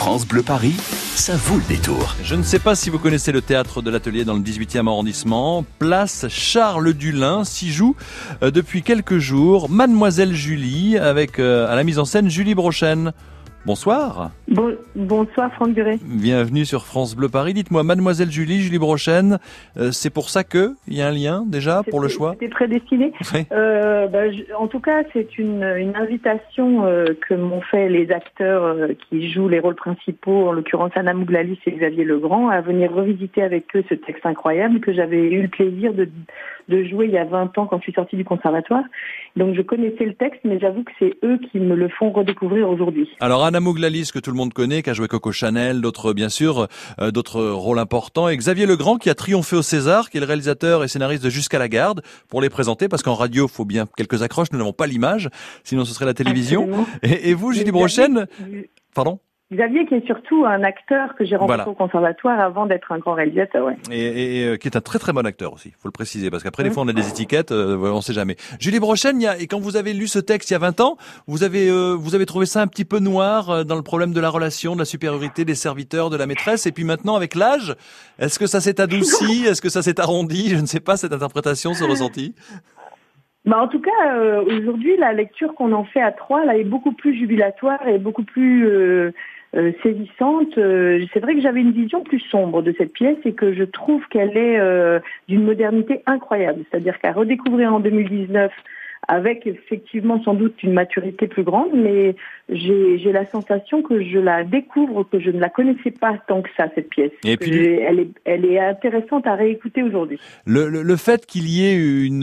France Bleu Paris, ça vaut le détour. Je ne sais pas si vous connaissez le théâtre de l'Atelier dans le 18e arrondissement. Place Charles Dulin s'y joue depuis quelques jours Mademoiselle Julie avec à la mise en scène Julie Brochen. Bonsoir. Bonsoir Franck Duret. Bienvenue sur France Bleu Paris. Dites-moi, Mademoiselle Julie Brochen, c'est pour ça que il y a un lien déjà pour le choix? C'était prédestiné. Oui. En tout cas, c'est une invitation que m'ont fait les acteurs qui jouent les rôles principaux, en l'occurrence Anna Mouglalis et Xavier Legrand, à venir revisiter avec eux ce texte incroyable que j'avais eu le plaisir de jouer il y a 20 ans quand je suis sortie du conservatoire. Donc je connaissais le texte, mais j'avoue que c'est eux qui me le font redécouvrir aujourd'hui. Alors Anna Mouglalis, que tout le monde connaît, qui a joué Coco Chanel, d'autres bien sûr, d'autres rôles importants, et Xavier Legrand qui a triomphé au César, qui est le réalisateur et scénariste de Jusqu'à la garde, pour les présenter, parce qu'en radio, faut bien quelques accroches, nous n'avons pas l'image, sinon ce serait la télévision. Et vous, Julie Brochen, pardon? Xavier qui est surtout un acteur que j'ai rencontré au conservatoire avant d'être un grand réalisateur, ouais. Et qui est un très très bon acteur aussi, faut le préciser, parce qu'après des fois on a des étiquettes, on sait jamais. Julie Brochen, et quand vous avez lu ce texte il y a 20 ans, vous avez trouvé ça un petit peu noir dans le problème de la relation, de la supériorité des serviteurs, de la maîtresse, et puis maintenant avec l'âge, est-ce que ça s'est adouci, est-ce que ça s'est arrondi, je ne sais pas, cette interprétation, ce ressenti? En tout cas, aujourd'hui, la lecture qu'on en fait à trois là est beaucoup plus jubilatoire et beaucoup plus saisissante. C'est vrai que j'avais une vision plus sombre de cette pièce et que je trouve qu'elle est d'une modernité incroyable. C'est-à-dire qu'à redécouvrir en 2019 avec effectivement sans doute une maturité plus grande, mais j'ai la sensation que je la découvre, que je ne la connaissais pas tant que ça, cette pièce. Et puis elle est intéressante à réécouter aujourd'hui. Le fait qu'il y ait une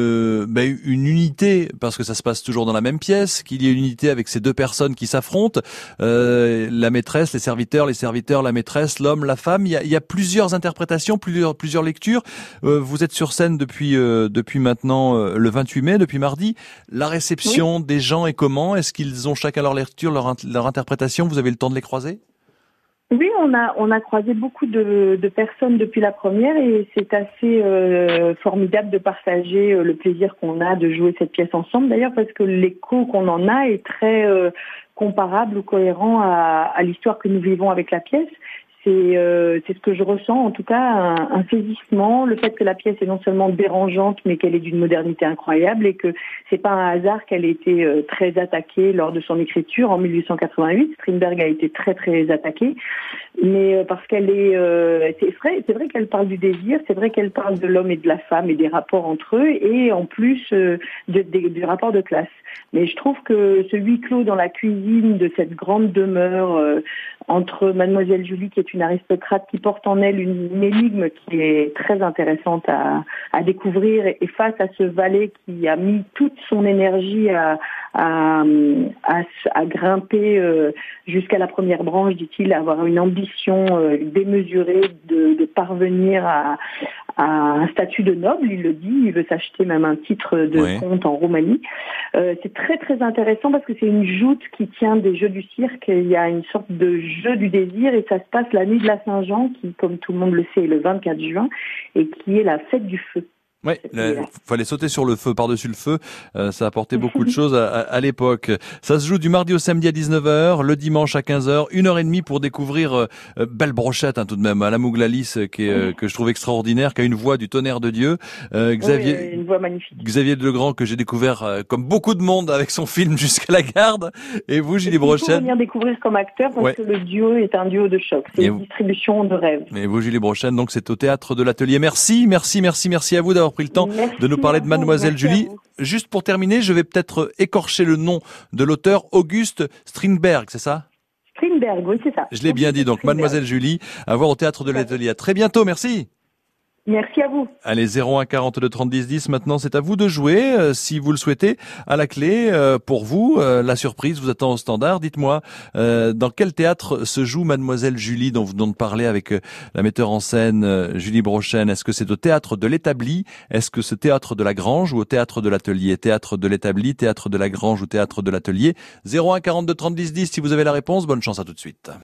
unité, parce que ça se passe toujours dans la même pièce, qu'il y ait une unité avec ces deux personnes qui s'affrontent, la maîtresse, les serviteurs, la maîtresse, l'homme, la femme, il y a plusieurs interprétations, plusieurs lectures. Vous êtes sur scène depuis maintenant le 28 mai, depuis mardi. La réception des gens est comment? Est-ce qu'ils ont chacun leur lecture, leur interprétation? Vous avez le temps de les croiser? Oui, on a croisé beaucoup de personnes depuis la première et c'est assez formidable de partager le plaisir qu'on a de jouer cette pièce ensemble. D'ailleurs, parce que l'écho qu'on en a est très comparable ou cohérent à l'histoire que nous vivons avec la pièce. C'est ce que je ressens, en tout cas, un saisissement, le fait que la pièce est non seulement dérangeante, mais qu'elle est d'une modernité incroyable et que c'est pas un hasard qu'elle ait été très attaquée lors de son écriture en 1888. Strindberg a été très très attaqué, mais parce qu'elle est, c'est vrai qu'elle parle du désir, c'est vrai qu'elle parle de l'homme et de la femme et des rapports entre eux et en plus du rapport de classe. Mais je trouve que ce huis clos dans la cuisine de cette grande demeure entre Mademoiselle Julie, qui est une aristocrate qui porte en elle une énigme qui est très intéressante à découvrir, et face à ce valet qui a mis toute son énergie à grimper jusqu'à la première branche, dit-il, à avoir une ambition démesurée de parvenir à un statut de noble, il le dit, il veut s'acheter même un titre de comte en Roumanie. C'est très très intéressant parce que c'est une joute qui tient des jeux du cirque, il y a une sorte de jeu du désir et ça se passe la nuit de la Saint-Jean qui, comme tout le monde le sait, est le 24 juin et qui est la fête du feu. Oui, fallait sauter sur le feu, par-dessus le feu. Ça a apporté beaucoup de choses à l'époque. Ça se joue du mardi au samedi à 19h, le dimanche à 15h, 1h30 pour découvrir belle brochette tout de même. Anna Mouglalis que je trouve extraordinaire, qui a une voix du tonnerre de Dieu. Une voix magnifique. Xavier Legrand que j'ai découvert comme beaucoup de monde avec son film Jusqu'à la garde. Et vous, Julie Brochen. Il faut venir découvrir comme acteur parce que le duo est un duo de choc. C'est une distribution de rêve. Et vous, Julie Brochen, donc c'est au théâtre de l'Atelier. Merci à vous d'avoir pris le temps de nous parler de Mademoiselle Julie. Juste pour terminer, je vais peut-être écorcher le nom de l'auteur, Auguste Strindberg, c'est ça? Strindberg, oui, c'est ça. Je l'ai bien dit, donc Mademoiselle Julie, à voir au théâtre de l'Atelier. À très bientôt, merci. Merci à vous. Allez, 01 42 30 10 10. Maintenant, c'est à vous de jouer, si vous le souhaitez. À la clé, pour vous, la surprise vous attend au standard. Dites-moi, dans quel théâtre se joue Mademoiselle Julie, dont vous venez de parler avec la metteur en scène Julie Brochen? Est-ce que c'est au théâtre de l'Établi? Est-ce que c'est théâtre de la Grange ou au théâtre de l'Atelier? Théâtre de l'Établi, théâtre de la Grange ou théâtre de l'Atelier? 01 42 30 10 10. Si vous avez la réponse, bonne chance à tout de suite.